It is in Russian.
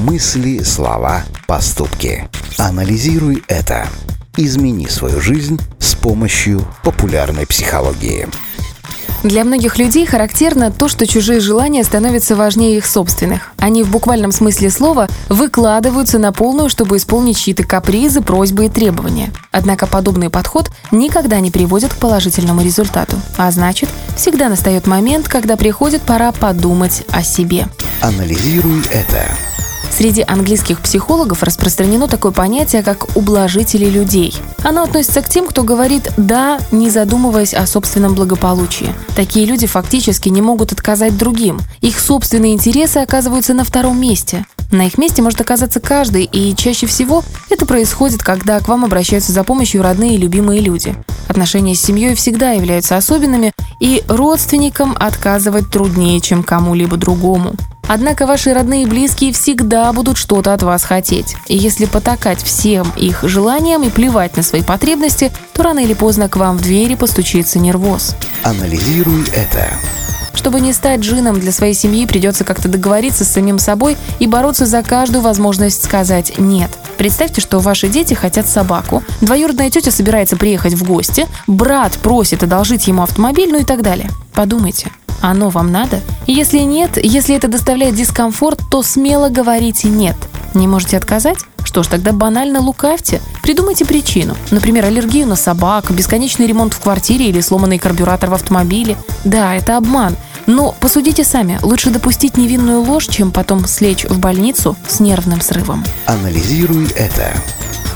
Мысли, слова, поступки. Анализируй это. Измени свою жизнь с помощью популярной психологии. Для многих людей характерно то, что чужие желания становятся важнее их собственных. Они в буквальном смысле слова выкладываются на полную, чтобы исполнить чьи-то капризы, просьбы и требования. Однако подобный подход никогда не приводит к положительному результату. А значит, всегда настает момент, когда приходит пора подумать о себе. Анализируй это. Среди английских психологов распространено такое понятие, как ублажители людей. Оно относится к тем, кто говорит «да», не задумываясь о собственном благополучии. Такие люди фактически не могут отказать другим. Их собственные интересы оказываются на втором месте. На их месте может оказаться каждый, и чаще всего это происходит, когда к вам обращаются за помощью родные и любимые люди. Отношения с семьей всегда являются особенными, и родственникам отказывать труднее, чем кому-либо другому. Однако ваши родные и близкие всегда будут что-то от вас хотеть. И если потакать всем их желаниям и плевать на свои потребности, то рано или поздно к вам в двери постучится нервоз. Анализируй это. Чтобы не стать джином для своей семьи, придется как-то договориться с самим собой и бороться за каждую возможность сказать «нет». Представьте, что ваши дети хотят собаку, двоюродная тетя собирается приехать в гости, брат просит одолжить ему автомобиль, ну и так далее. Подумайте. Оно вам надо? Если нет, если это доставляет дискомфорт, то смело говорите «нет». Не можете отказать? Что ж, тогда банально лукавьте. Придумайте причину. Например, аллергию на собак, бесконечный ремонт в квартире или сломанный карбюратор в автомобиле. Да, это обман. Но посудите сами, лучше допустить невинную ложь, чем потом слечь в больницу с нервным срывом. Анализируй это.